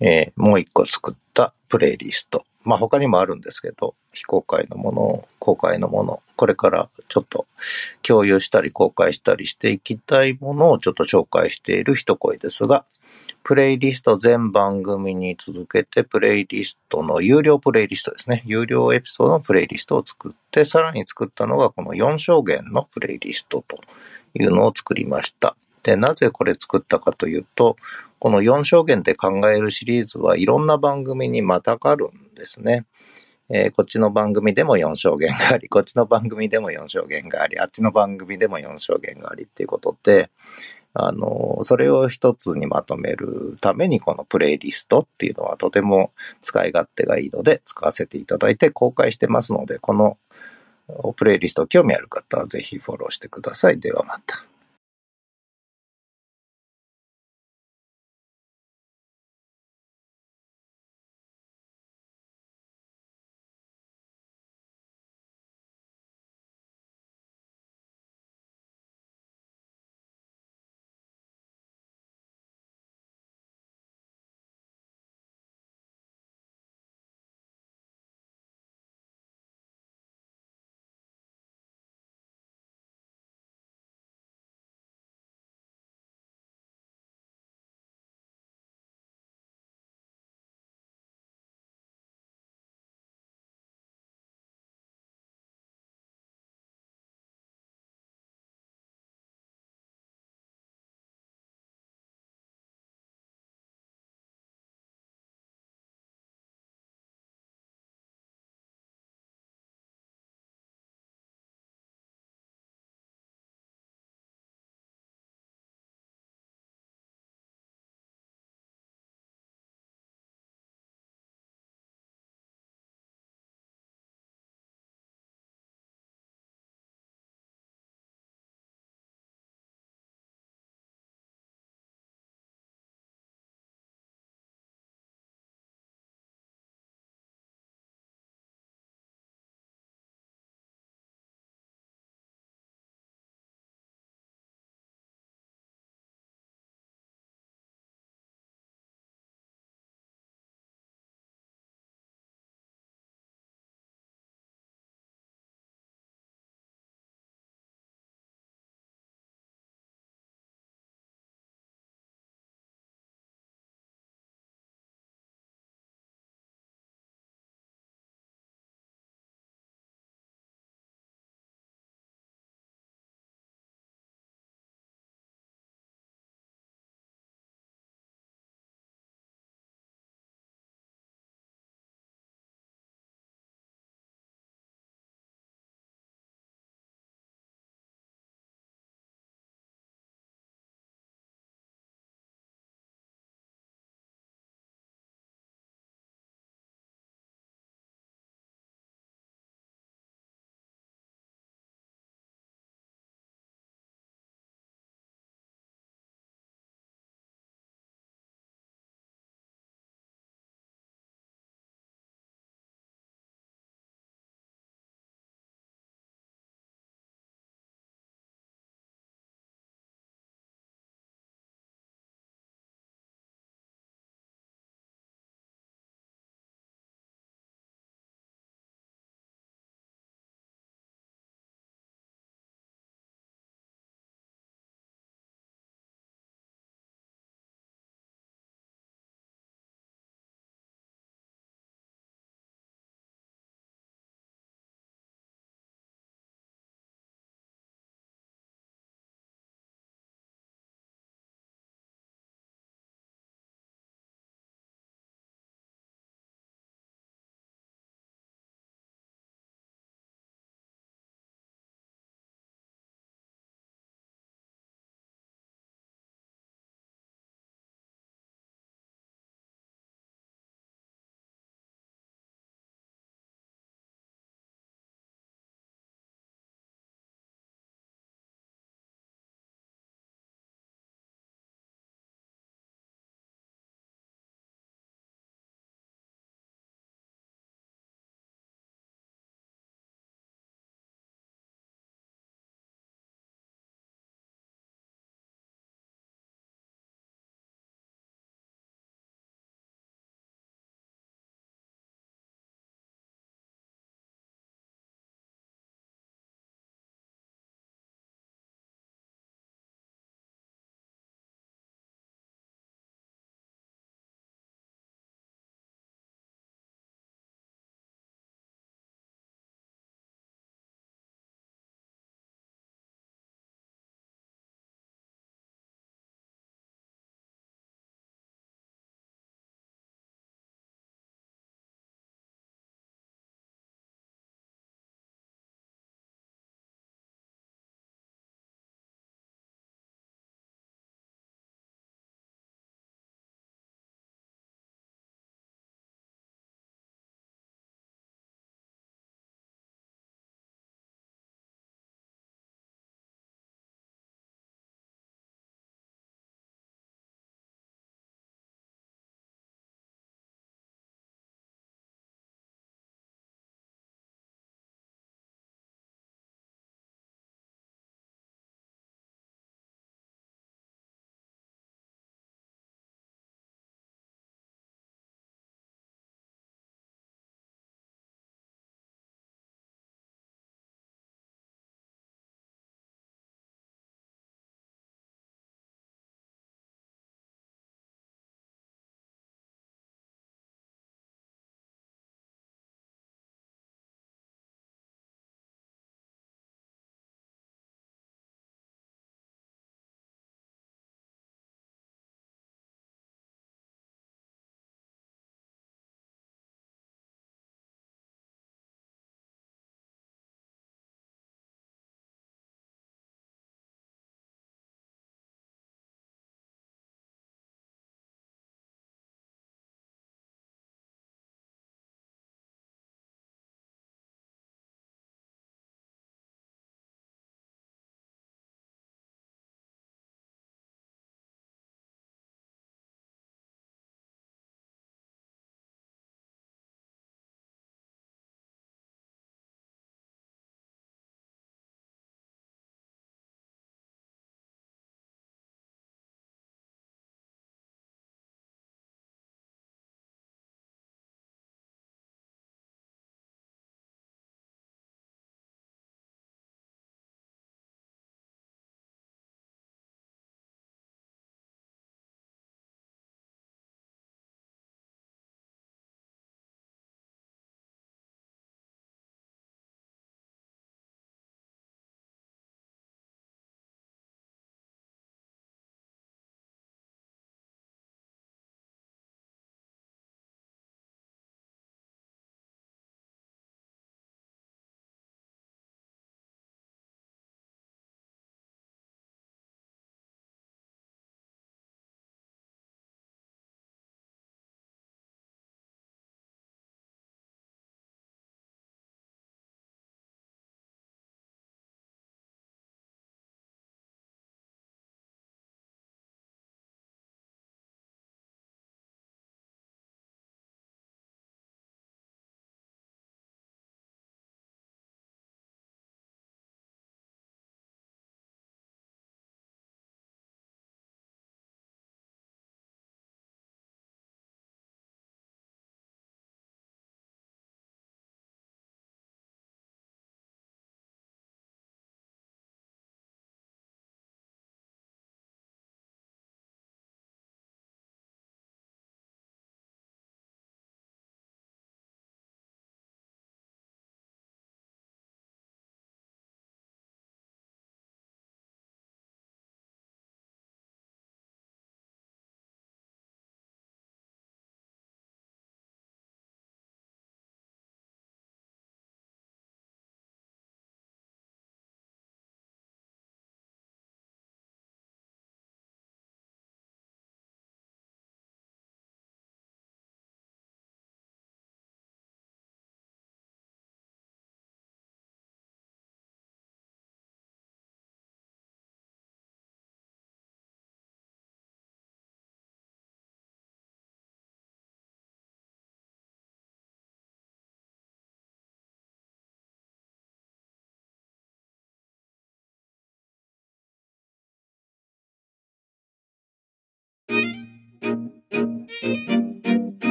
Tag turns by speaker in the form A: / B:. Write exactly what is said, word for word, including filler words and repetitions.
A: えー、もう一個作ったプレイリスト。まあ他にもあるんですけど、非公開のもの、公開のもの、これからちょっと共有したり公開したりしていきたいものをちょっと紹介している一声ですが、プレイリスト全番組に続けてプレイリストの有料プレイリストですね。有料エピソードのプレイリストを作って、さらに作ったのがこのよん証言のプレイリストというのを作りました。で、なぜこれ作ったかというと、このよん証言で考えるシリーズはいろんな番組にまたがるんですね。えー、こっちの番組でもよん証言があり、こっちの番組でもよん証言があり、あっちの番組でもよん証言がありっていうことで、あの、それを一つにまとめるためにこのプレイリストっていうのはとても使い勝手がいいので使わせていただいて公開してますので、このプレイリスト興味ある方はぜひフォローしてください。ではまた。